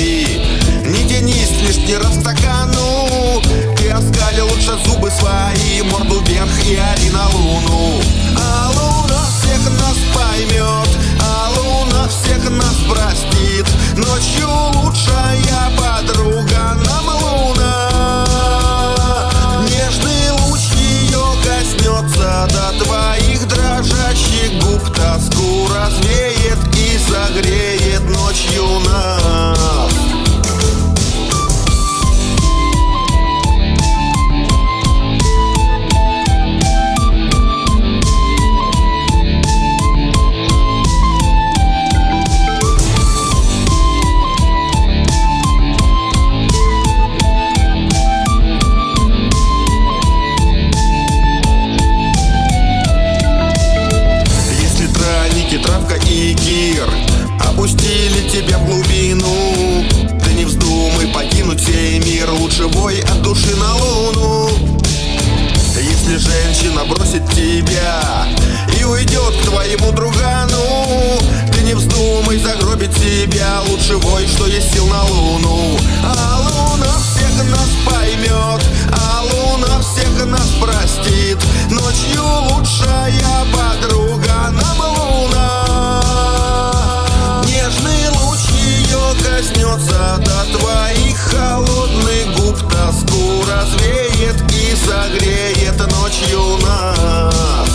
любви. Не тянись лишний раз к стакану, ты оскали лучше зубы свои, морду вверх и ори на луну. А луна всех нас поймет, а луна всех нас простит. Ночью лучшая подруга нам луна. Нежный луч ее коснется, до твоих дрожащих губ тоску развеет и согреет ночью нас. Травка и кир опустили тебя в глубину. Ты не вздумай покинуть сей мир, лучше вой от души на луну. Если женщина бросит тебя и уйдет к твоему другану, ты не вздумай загробить себя, лучше вой, что есть сил на луну. А луна всех нас поймет, а луна всех нас простит. Ночью лучшая подруга нам луна. Нежный луч ее коснется, до твоих холодных губ тоску развеет и согреет ночью нас.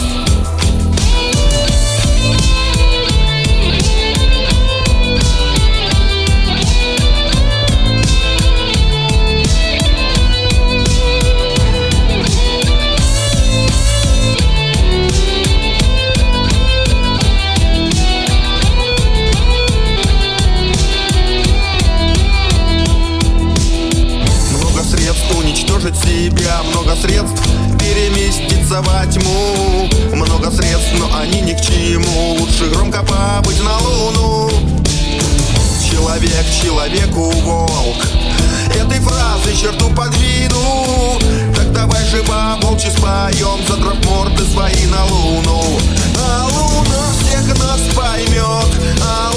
Уничтожить себя, много средств переместиться во тьму. Много средств, но они ни к чему, лучше громко побыть на луну. Человек человеку волк, этой фразой черту подвину. Так давай же по-волчьи споем, задрав морды свои на луну. А луна всех нас поймет, а